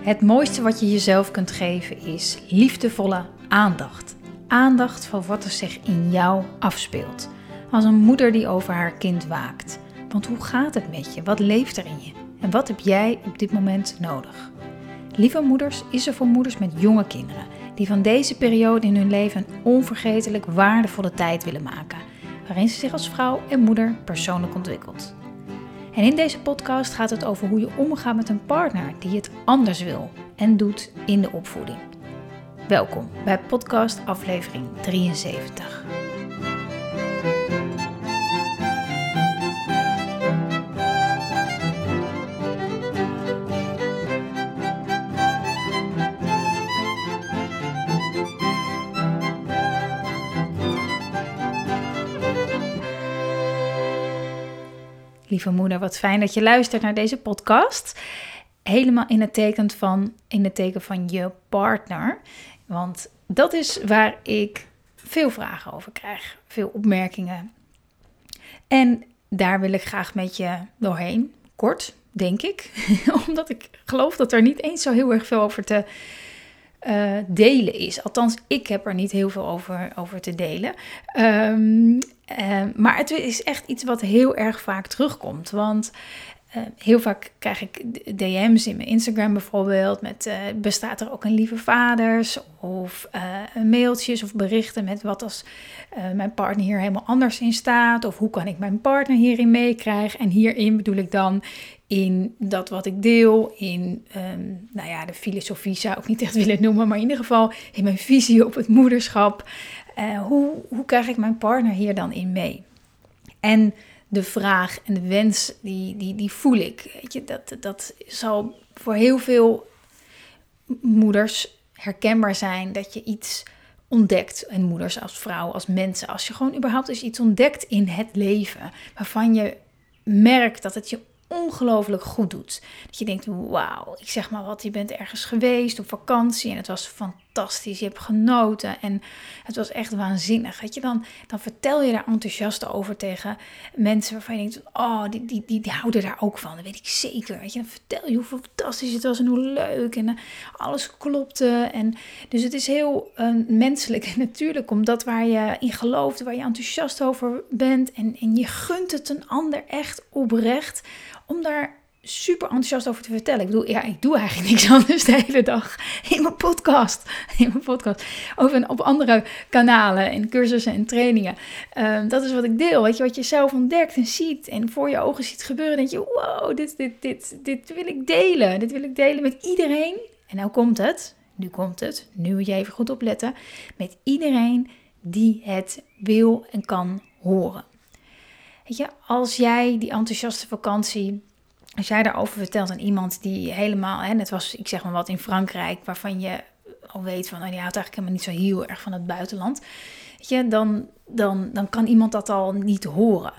Het mooiste wat je jezelf kunt geven is liefdevolle aandacht. Aandacht voor wat er zich in jou afspeelt. Als een moeder die over haar kind waakt. Want hoe gaat het met je? Wat leeft er in je? En wat heb jij op dit moment nodig? Lieve Moeders is er voor moeders met jonge kinderen. Die van deze periode in hun leven een onvergetelijk waardevolle tijd willen maken. Waarin ze zich als vrouw en moeder persoonlijk ontwikkelt. En in deze podcast gaat het over hoe je omgaat met een partner die het anders wil en doet in de opvoeding. Welkom bij podcast aflevering 73. Lieve moeder, wat fijn dat je luistert naar deze podcast. Helemaal in het teken van je partner. Want dat is waar ik veel vragen over krijg. Veel opmerkingen. En daar wil ik graag met je doorheen. Kort, denk ik. Omdat ik geloof dat er niet eens zo heel erg veel over te delen is. Althans, ik heb er niet heel veel over te delen. Maar het is echt iets wat heel erg vaak terugkomt. Want heel vaak krijg ik DM's in mijn Instagram bijvoorbeeld. Bestaat er ook een lieve vaders? Of mailtjes of berichten met wat als mijn partner hier helemaal anders in staat. Of hoe kan ik mijn partner hierin meekrijgen? En hierin bedoel ik dan in dat wat ik deel. In de filosofie zou ik niet echt willen noemen. Maar in ieder geval in mijn visie op het moederschap. Hoe krijg ik mijn partner hier dan in mee? En de vraag en de wens, die voel ik. Weet je, dat zal voor heel veel moeders herkenbaar zijn dat je iets ontdekt. En moeders als vrouw, als mensen. Als je gewoon überhaupt eens iets ontdekt in het leven. Waarvan je merkt dat het je ongelooflijk goed doet. Dat je denkt, wauw, ik zeg maar wat, je bent ergens geweest op vakantie en het was fantastisch, je hebt genoten en het was echt waanzinnig. Weet je, dan vertel je daar enthousiast over tegen mensen waarvan je denkt, oh, die houden daar ook van, dat weet ik zeker. Weet je, dan vertel je hoe fantastisch het was en hoe leuk en alles klopte. En dus het is heel menselijk en natuurlijk, omdat waar je in gelooft, waar je enthousiast over bent en je gunt het een ander echt oprecht om daar super enthousiast over te vertellen. Ik bedoel, ik doe eigenlijk niks anders de hele dag in mijn podcast. Of op andere kanalen en cursussen en trainingen. Dat is wat ik deel. Weet je, wat je zelf ontdekt en ziet en voor je ogen ziet gebeuren. Denk je, wow, dit wil ik delen. Dit wil ik delen met iedereen. En nou komt het. Nu moet je even goed opletten. Met iedereen die het wil en kan horen. Weet je, als jij die enthousiaste vakantie, als jij daarover vertelt aan iemand die helemaal, net was, ik zeg maar wat, in Frankrijk, waarvan je al weet van, die houdt eigenlijk helemaal niet zo heel erg van het buitenland. Weet je, dan kan iemand dat al niet horen.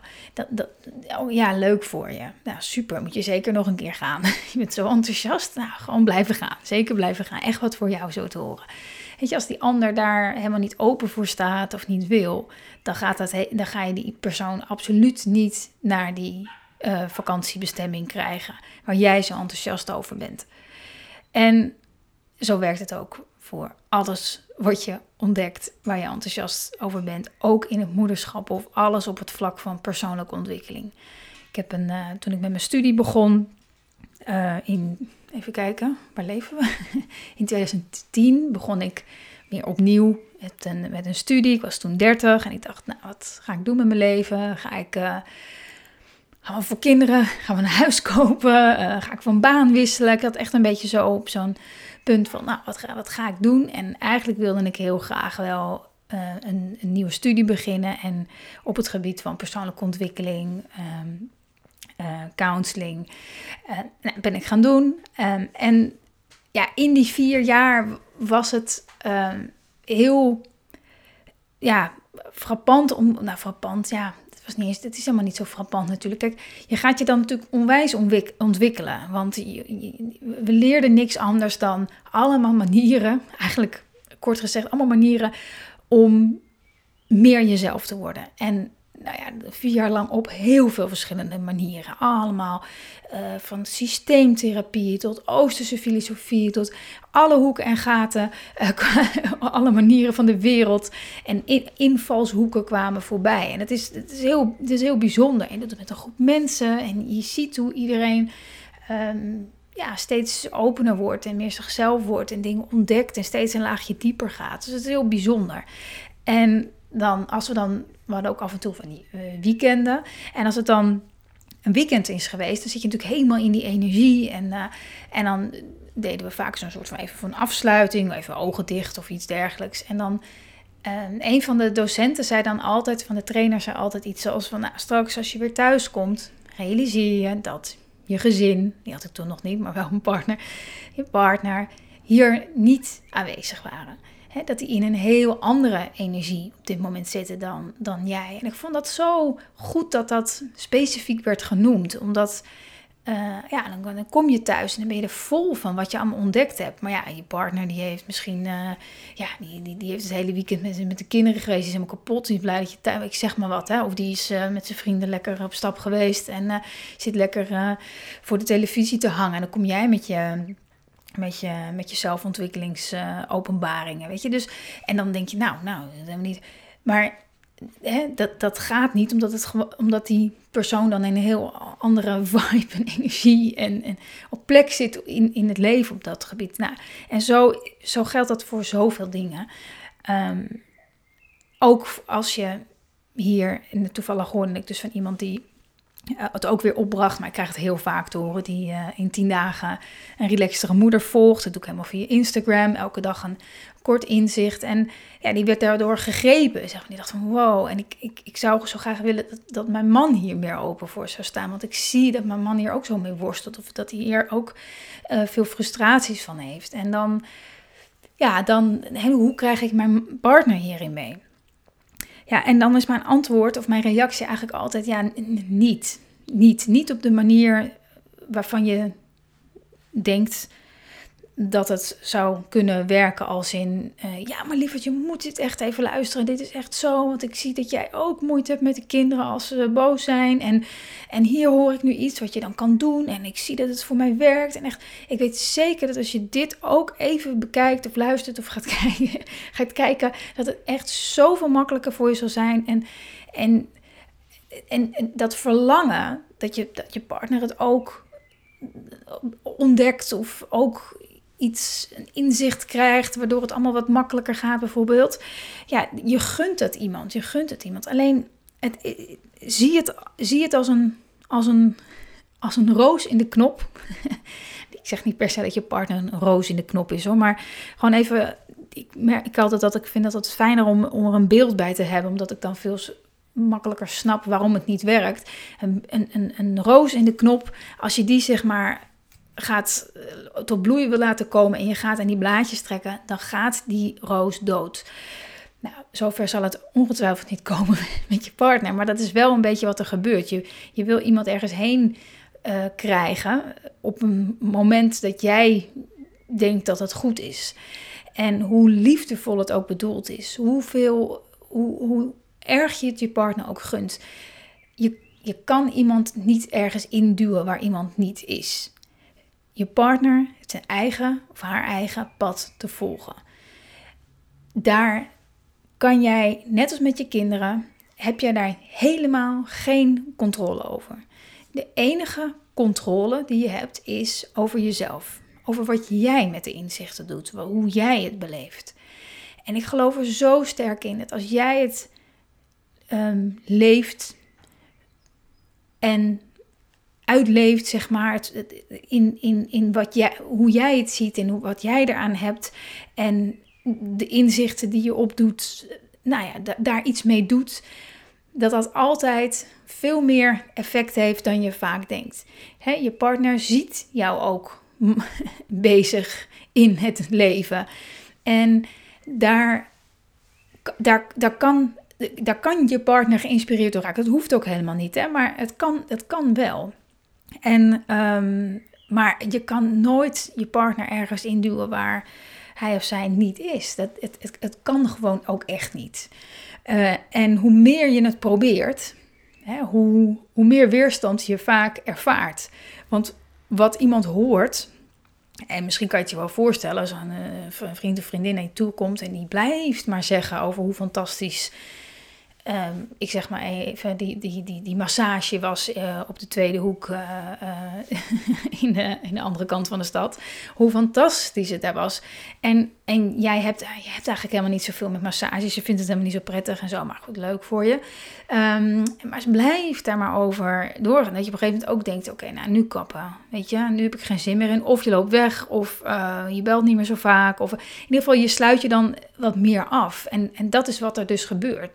Leuk voor je. Nou, super, moet je zeker nog een keer gaan. Je bent zo enthousiast, gewoon blijven gaan. Zeker blijven gaan, echt wat voor jou zo te horen. Weet je, als die ander daar helemaal niet open voor staat of niet wil, dan ga je die persoon absoluut niet naar die vakantiebestemming krijgen, waar jij zo enthousiast over bent. En zo werkt het ook voor alles wat je ontdekt, waar je enthousiast over bent. Ook in het moederschap of alles op het vlak van persoonlijke ontwikkeling. Ik heb toen ik met mijn studie begon, even kijken, waar leven we? In 2010 begon ik weer opnieuw met een studie. Ik was toen 30 en ik dacht, wat ga ik doen met mijn leven? Gaan we voor kinderen? Gaan we een huis kopen? Ga ik van baan wisselen? Ik had echt een beetje zo op zo'n punt van, wat ga ik doen? En eigenlijk wilde ik heel graag wel een nieuwe studie beginnen. En op het gebied van persoonlijke ontwikkeling, counseling, ben ik gaan doen. En in die 4 jaar was het heel frappant het is helemaal niet zo frappant natuurlijk. Kijk, je gaat je dan natuurlijk onwijs ontwikkelen. Want we leerden niks anders dan allemaal manieren, eigenlijk kort gezegd, allemaal manieren om meer jezelf te worden. En 4 jaar lang op heel veel verschillende manieren. Allemaal van systeemtherapie tot Oosterse filosofie, tot alle hoeken en gaten, alle manieren van de wereld en invalshoeken kwamen voorbij. En het is heel bijzonder. En je doet het met een groep mensen en je ziet hoe iedereen steeds opener wordt en meer zichzelf wordt en dingen ontdekt en steeds een laagje dieper gaat. Dus het is heel bijzonder. En dan, we hadden ook af en toe van die weekenden. En als het dan een weekend is geweest, dan zit je natuurlijk helemaal in die energie. En dan deden we vaak zo'n soort van even van afsluiting, even ogen dicht of iets dergelijks. En dan een van de docenten zei dan altijd, van de trainer zei altijd iets zoals van, straks als je weer thuis komt, realiseer je dat je gezin, die had ik toen nog niet, maar wel je partner, hier niet aanwezig waren. Dat die in een heel andere energie op dit moment zitten dan jij. En ik vond dat zo goed dat specifiek werd genoemd. Omdat, dan kom je thuis en dan ben je er vol van wat je allemaal ontdekt hebt. Maar ja, je partner die heeft misschien, die heeft het hele weekend met de kinderen geweest. Die is helemaal kapot, die is blij dat je thuis, ik zeg maar wat. Of die is met zijn vrienden lekker op stap geweest en zit lekker voor de televisie te hangen. En dan kom jij met je zelfontwikkelingsopenbaringen, weet je. Dus, en dan denk je, dat hebben we niet. Maar dat gaat niet, omdat die persoon dan in een heel andere vibe en energie en op plek zit in het leven op dat gebied. En zo geldt dat voor zoveel dingen. Ook als je hier, toevallig hoorde ik dus van iemand die het ook weer opbracht, maar ik krijg het heel vaak te horen, die in 10 dagen een relaxtere moeder volgt. Dat doe ik helemaal via Instagram, elke dag een kort inzicht. En die werd daardoor gegrepen. Die dacht van wow, en ik zou zo graag willen dat mijn man hier meer open voor zou staan. Want ik zie dat mijn man hier ook zo mee worstelt, of dat hij hier ook veel frustraties van heeft. En dan hoe krijg ik mijn partner hierin mee? Ja, en dan is mijn antwoord of mijn reactie eigenlijk altijd, niet. Niet op de manier waarvan je denkt dat het zou kunnen werken als in, maar lieverd, je moet dit echt even luisteren. Dit is echt zo, want ik zie dat jij ook moeite hebt met de kinderen als ze boos zijn. En hier hoor ik nu iets wat je dan kan doen en ik zie dat het voor mij werkt. En echt, ik weet zeker dat als je dit ook even bekijkt of luistert of gaat kijken, dat het echt zoveel makkelijker voor je zal zijn. En dat verlangen, dat je partner het ook ontdekt of ook een inzicht krijgt, waardoor het allemaal wat makkelijker gaat bijvoorbeeld. Ja, je gunt het iemand. Alleen, zie het als een roos in de knop. Ik zeg niet per se dat je partner een roos in de knop is, hoor, maar gewoon even, ik merk altijd dat ik vind dat het fijner om er een beeld bij te hebben, omdat ik dan veel makkelijker snap waarom het niet werkt. Een roos in de knop, als je die zeg maar gaat tot bloeien wil laten komen en je gaat aan die blaadjes trekken, dan gaat die roos dood. Nou, zover zal het ongetwijfeld niet komen met je partner, maar dat is wel een beetje wat er gebeurt. Je wil iemand ergens heen krijgen op een moment dat jij denkt dat het goed is. En hoe liefdevol het ook bedoeld is, hoe erg je het je partner ook gunt. Je kan iemand niet ergens induwen waar iemand niet is. Je partner heeft zijn eigen of haar eigen pad te volgen. Daar kan jij, net als met je kinderen, heb jij daar helemaal geen controle over. De enige controle die je hebt is over jezelf. Over wat jij met de inzichten doet, hoe jij het beleeft. En ik geloof er zo sterk in dat als jij het leeft en uitleeft, zeg maar, in hoe jij het ziet en wat jij eraan hebt en de inzichten die je opdoet, daar iets mee doet, dat altijd veel meer effect heeft dan je vaak denkt. Je partner ziet jou ook bezig in het leven. En daar kan je partner geïnspireerd door raken. Dat hoeft ook helemaal niet, maar het kan wel. Maar je kan nooit je partner ergens induwen waar hij of zij niet is. Het kan gewoon ook echt niet. En hoe meer je het probeert, hoe meer weerstand je vaak ervaart. Want wat iemand hoort, en misschien kan je het je wel voorstellen als een vriend of vriendin naar je toe komt en die blijft maar zeggen over hoe fantastisch, ik zeg maar even, die massage was op de tweede hoek in de andere kant van de stad. Hoe fantastisch het daar was. En jij hebt eigenlijk helemaal niet zoveel met massages. Je vindt het helemaal niet zo prettig en zo. Maar goed, leuk voor je. Maar ze blijft daar maar over doorgaan. Dat je op een gegeven moment ook denkt, oké, nou nu kappen. Weet je, nu heb ik geen zin meer in. Of je loopt weg, of je belt niet meer zo vaak. Of in ieder geval, je sluit je dan wat meer af. En dat is wat er dus gebeurt.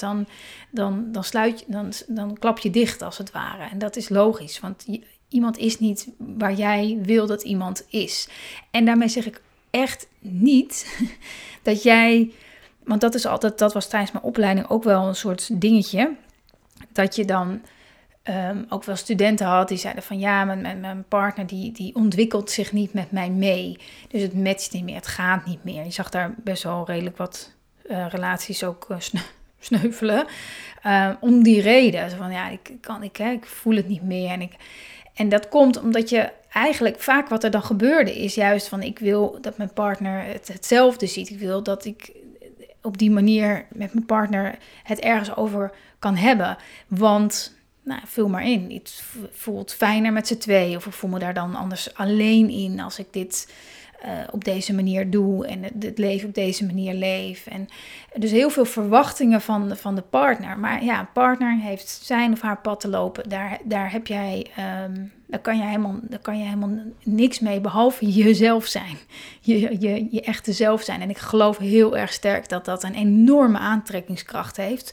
Dan klap je dicht als het ware. En dat is logisch, want iemand is niet waar jij wil dat iemand is. En daarmee zeg ik echt niet dat jij, want dat was tijdens mijn opleiding ook wel een soort dingetje, dat je dan ook wel studenten had die zeiden van ja, mijn partner die ontwikkelt zich niet met mij mee. Dus het matcht niet meer, het gaat niet meer. Je zag daar best wel redelijk wat relaties ook sneuvelen. Om die reden. Zo van ja, ik voel het niet meer. En dat komt omdat je eigenlijk vaak wat er dan gebeurde is juist van ik wil dat mijn partner hetzelfde ziet. Ik wil dat ik op die manier met mijn partner het ergens over kan hebben. Want, nou, vul maar in. Het voelt fijner met z'n tweeën. Of ik voel me daar dan anders alleen in als ik dit op deze manier doe en het leven op deze manier leef. En dus heel veel verwachtingen van de partner. Maar ja, een partner heeft zijn of haar pad te lopen. Daar heb jij, daar kan je helemaal niks mee behalve jezelf zijn. Je echte zelf zijn. En ik geloof heel erg sterk dat dat een enorme aantrekkingskracht heeft.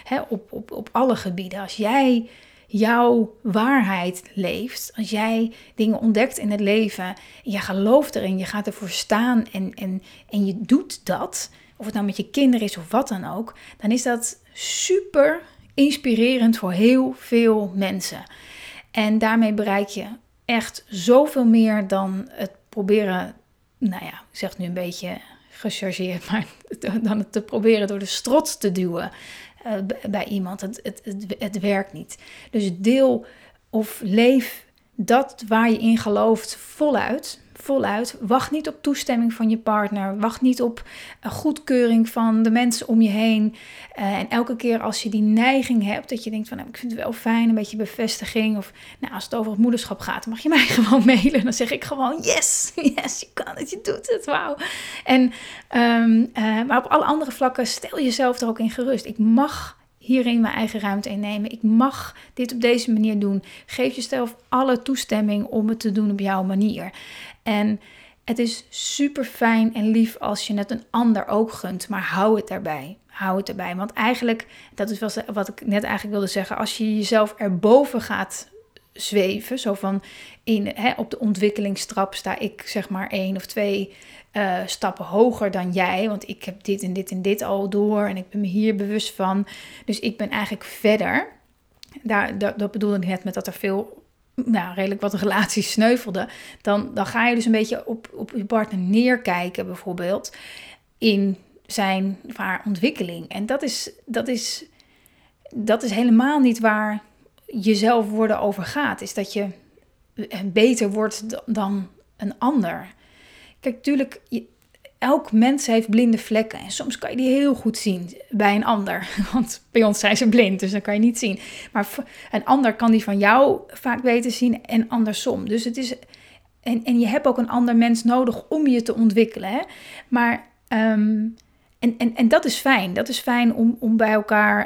Op alle gebieden. Als jij jouw waarheid leeft, als jij dingen ontdekt in het leven, je gelooft erin, je gaat ervoor staan en je doet dat, of het nou met je kinderen is of wat dan ook, dan is dat super inspirerend voor heel veel mensen. En daarmee bereik je echt zoveel meer dan het proberen, nou ja, ik zeg het nu een beetje gechargeerd, maar dan het te proberen door de strot te duwen. Bij iemand. Het werkt niet. Dus deel of leef dat waar je in gelooft voluit. Wacht niet op toestemming van je partner. Wacht niet op goedkeuring van de mensen om je heen. En elke keer als je die neiging hebt, dat je denkt van, nou, ik vind het wel fijn, een beetje bevestiging. Of nou, als het over het moederschap gaat, dan mag je mij gewoon mailen. Dan zeg ik gewoon, yes, je kan het, je doet het, wauw. En, maar op alle andere vlakken, stel jezelf er ook in gerust. Ik mag hierin mijn eigen ruimte innemen. Ik mag dit op deze manier doen. Geef jezelf alle toestemming om het te doen op jouw manier. En het is super fijn en lief als je het een ander ook gunt, maar hou het daarbij. Hou het erbij. Want eigenlijk, dat is wat ik net eigenlijk wilde zeggen, als je jezelf erboven gaat zweven, zo van op de ontwikkelingstrap sta ik zeg maar 1 of 2 stappen hoger dan jij, want ik heb dit en dit en dit al door en ik ben me hier bewust van. Dus ik ben eigenlijk verder. Dat bedoelde ik net met dat er veel, nou, redelijk wat relaties sneuvelden. Dan ga je dus een beetje op je partner neerkijken bijvoorbeeld in zijn of haar ontwikkeling. En dat is helemaal niet waar jezelf worden over gaat. Is dat je beter wordt dan een ander. Kijk, tuurlijk, elk mens heeft blinde vlekken. En soms kan je die heel goed zien bij een ander. Want bij ons zijn ze blind, dus dan kan je niet zien. Maar een ander kan die van jou vaak beter zien en andersom. Dus het is. En je hebt ook een ander mens nodig om je te ontwikkelen. Hè? Maar. En dat is fijn. Dat is fijn om bij elkaar.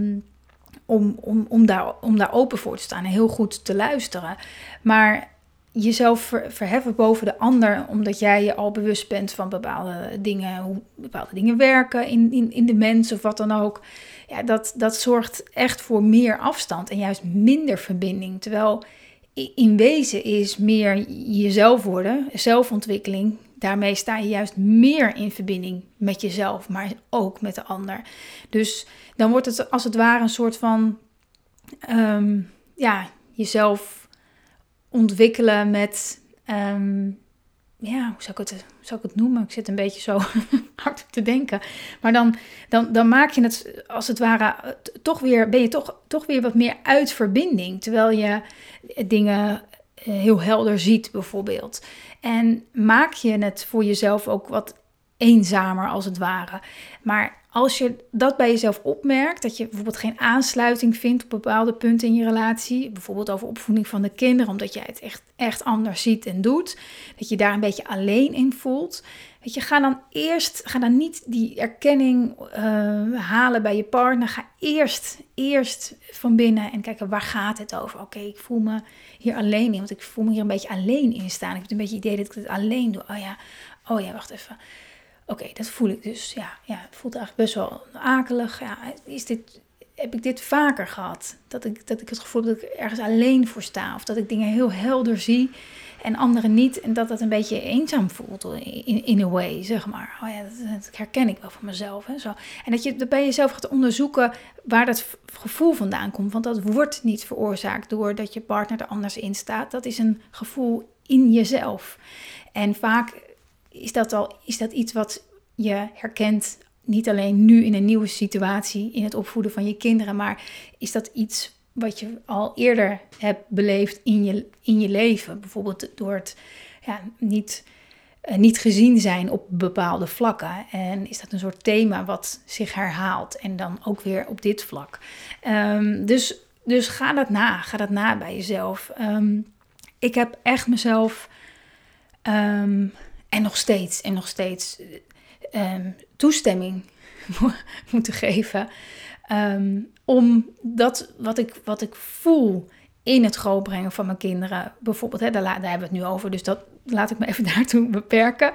Om daar open voor te staan en heel goed te luisteren. Maar jezelf verheffen boven de ander, omdat jij je al bewust bent van bepaalde dingen, hoe bepaalde dingen werken in de mens of wat dan ook. Ja, dat zorgt echt voor meer afstand en juist minder verbinding. Terwijl in wezen is meer jezelf worden, zelfontwikkeling. Daarmee sta je juist meer in verbinding met jezelf, maar ook met de ander. Dus dan wordt het als het ware een soort van jezelf ontwikkelen met hoe zou ik het noemen? Ik zit een beetje zo hard te denken. Maar dan maak je het als het ware ben je toch weer wat meer uit verbinding. Terwijl je dingen heel helder ziet bijvoorbeeld. En maak je het voor jezelf ook wat eenzamer als het ware. Maar als je dat bij jezelf opmerkt, dat je bijvoorbeeld geen aansluiting vindt op bepaalde punten in je relatie, bijvoorbeeld over opvoeding van de kinderen, omdat jij het echt anders ziet en doet, dat je daar een beetje alleen in voelt. Weet je, ga dan niet die erkenning halen bij je partner. Ga eerst van binnen en kijken, waar gaat het over? Oké, ik voel me hier alleen in, want ik voel me hier een beetje alleen in staan. Ik heb een beetje het idee dat ik het alleen doe. Oh ja, wacht even. Oké, dat voel ik dus. Ja, het voelt eigenlijk best wel akelig. Ja, heb ik dit vaker gehad? Dat ik het gevoel heb dat ik ergens alleen voor sta. Of dat ik dingen heel helder zie en anderen niet. En dat een beetje eenzaam voelt in a way, zeg maar. Oh ja, dat herken ik wel van mezelf. Hè, zo. En dat je bij jezelf gaat onderzoeken waar dat gevoel vandaan komt. Want dat wordt niet veroorzaakt doordat je partner er anders in staat. Dat is een gevoel in jezelf. En vaak is dat iets wat je herkent, niet alleen nu in een nieuwe situatie, in het opvoeden van je kinderen, maar is dat iets wat je al eerder hebt beleefd in je leven? Bijvoorbeeld door het niet gezien zijn op bepaalde vlakken. En is dat een soort thema wat zich herhaalt en dan ook weer op dit vlak. Dus ga dat na bij jezelf. Ik heb echt mezelf en nog steeds toestemming moeten geven. Om dat wat ik voel in het grootbrengen van mijn kinderen, bijvoorbeeld, daar hebben we het nu over, dus dat laat ik me even daartoe beperken.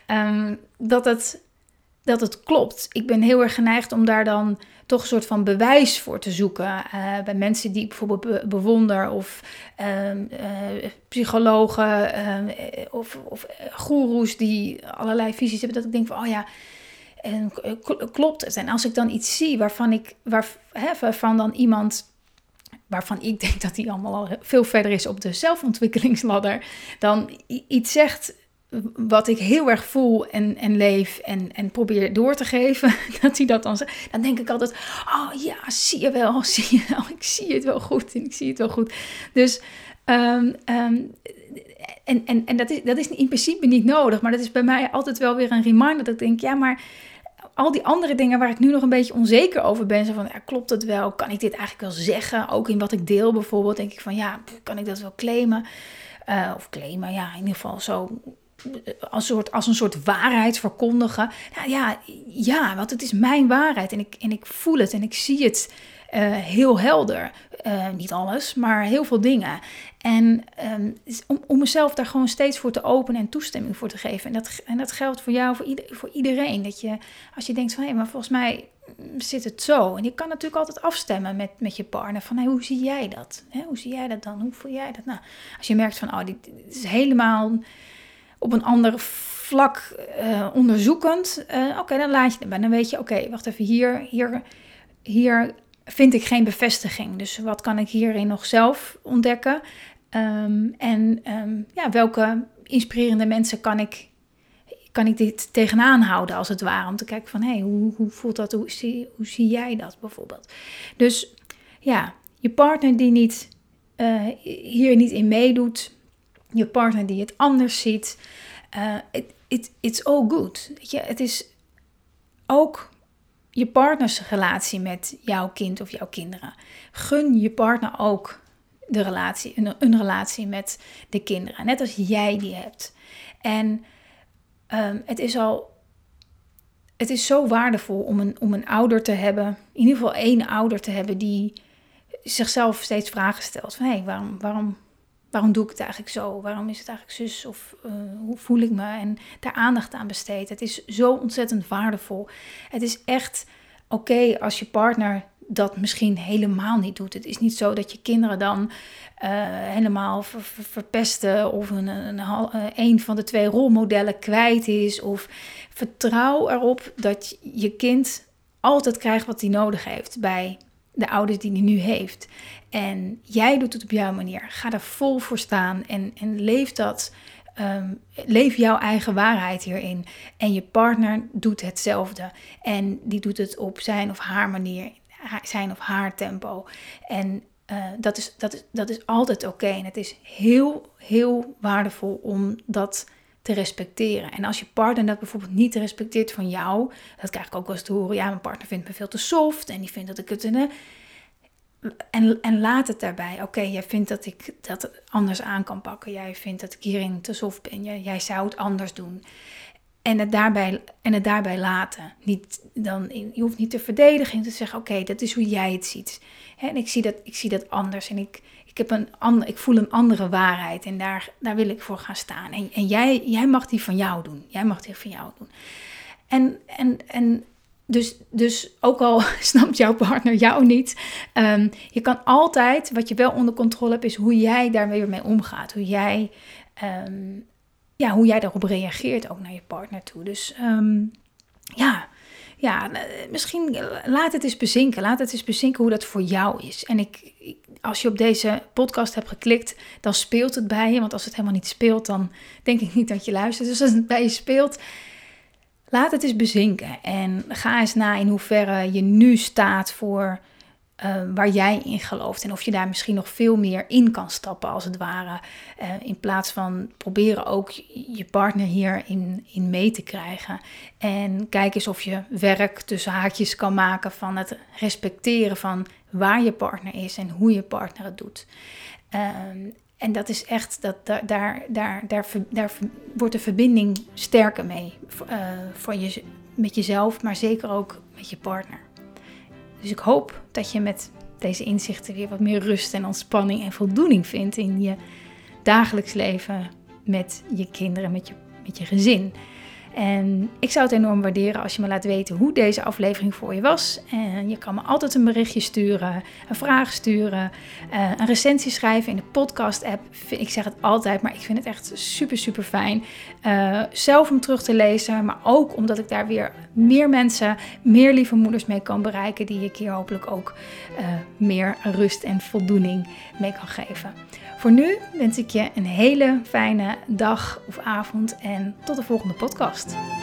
Dat het klopt. Ik ben heel erg geneigd om daar dan toch een soort van bewijs voor te zoeken. Bij mensen die ik bijvoorbeeld bewonder, of psychologen, of goeroes die allerlei visies hebben, dat ik denk van, klopt het? En als ik dan iets zie waarvan dan iemand, waarvan ik denk dat hij allemaal al veel verder is op de zelfontwikkelingsladder, dan iets zegt wat ik heel erg voel en leef en probeer door te geven, dat hij dat dan zegt, dan denk ik altijd, zie je wel, ik zie het wel goed en ik zie het wel goed. Dus dat is in principe niet nodig, maar dat is bij mij altijd wel weer een reminder dat ik denk, maar al die andere dingen waar ik nu nog een beetje onzeker over ben, zo van, klopt het wel? Kan ik dit eigenlijk wel zeggen? Ook in wat ik deel bijvoorbeeld, denk ik van, kan ik dat wel claimen? Of claimen, in ieder geval zo als een soort waarheid verkondigen. Want het is mijn waarheid en ik voel het en ik zie het heel helder. Niet alles, maar heel veel dingen. En om mezelf daar gewoon steeds voor te openen en toestemming voor te geven. En dat geldt voor jou, voor iedereen. Dat je, als je denkt van, maar volgens mij zit het zo. En je kan natuurlijk altijd afstemmen met je partner. Van, hoe zie jij dat? Hoe zie jij dat dan? Hoe voel jij dat? Nou, als je merkt van, dit is helemaal op een ander vlak onderzoekend. Dan laat je het bij. Dan weet je, wacht even, hier vind ik geen bevestiging. Dus wat kan ik hierin nog zelf ontdekken? Welke inspirerende mensen kan ik dit tegenaan houden, als het ware? Om te kijken van, hoe voelt dat? Hoe zie jij dat bijvoorbeeld? Dus je partner die hier niet in meedoet, je partner die het anders ziet, it's all good. Weet je, het is ook je partners relatie met jouw kind of jouw kinderen. Gun je partner ook de relatie, een relatie met de kinderen, net als jij die hebt. En het is zo waardevol om een ouder te hebben, in ieder geval één ouder te hebben die zichzelf steeds vragen stelt van, waarom doe ik het eigenlijk zo? Waarom is het eigenlijk zus? Of hoe voel ik me? En daar aandacht aan besteedt. Het is zo ontzettend waardevol. Het is echt oké als je partner dat misschien helemaal niet doet. Het is niet zo dat je kinderen dan helemaal verpesten of een van de twee rolmodellen kwijt is. Of vertrouw erop dat je kind altijd krijgt wat hij nodig heeft bij de ouders die hij nu heeft. En jij doet het op jouw manier. Ga er vol voor staan en leef dat Leef jouw eigen waarheid hierin. En je partner doet hetzelfde. En die doet het op zijn of haar manier, zijn of haar tempo. En dat is altijd oké. En het is heel, heel waardevol om dat te respecteren. En als je partner dat bijvoorbeeld niet respecteert van jou, dat krijg ik ook wel eens te horen. Ja, mijn partner vindt me veel te soft en die vindt dat ik het... En laat het daarbij. Oké, jij vindt dat ik dat anders aan kan pakken. Jij vindt dat ik hierin te soft ben. Jij zou het anders doen. En het daarbij laten. Je hoeft niet te verdedigen en te zeggen, oké, dat is hoe jij het ziet. En ik zie dat anders. En ik voel een andere waarheid. En daar wil ik voor gaan staan. En jij mag die van jou doen. En dus ook al snapt jouw partner jou niet, je kan altijd, wat je wel onder controle hebt, is hoe jij daar weer mee omgaat. Hoe jij daarop reageert, ook naar je partner toe. Dus misschien laat het eens bezinken. Laat het eens bezinken hoe dat voor jou is. En als je op deze podcast hebt geklikt, dan speelt het bij je. Want als het helemaal niet speelt, dan denk ik niet dat je luistert. Dus als het bij je speelt, laat het eens bezinken. En ga eens na in hoeverre je nu staat voor waar jij in gelooft. En of je daar misschien nog veel meer in kan stappen, als het ware. In plaats van proberen ook je partner hierin mee te krijgen. En kijk eens of je werk tussen haakjes kan maken van het respecteren van waar je partner is en hoe je partner het doet. En dat is echt, daar wordt de verbinding sterker mee. Met jezelf, maar zeker ook met je partner. Dus ik hoop dat je met deze inzichten weer wat meer rust en ontspanning en voldoening vindt in je dagelijks leven met je kinderen, met je gezin. En ik zou het enorm waarderen als je me laat weten hoe deze aflevering voor je was. En je kan me altijd een berichtje sturen, een vraag sturen, een recensie schrijven in de podcast-app. Ik zeg het altijd, maar ik vind het echt super, super fijn. Zelf om terug te lezen, maar ook omdat ik daar weer meer mensen, meer lieve moeders mee kan bereiken, die ik hier hopelijk ook meer rust en voldoening mee kan geven. Voor nu wens ik je een hele fijne dag of avond en tot de volgende podcast.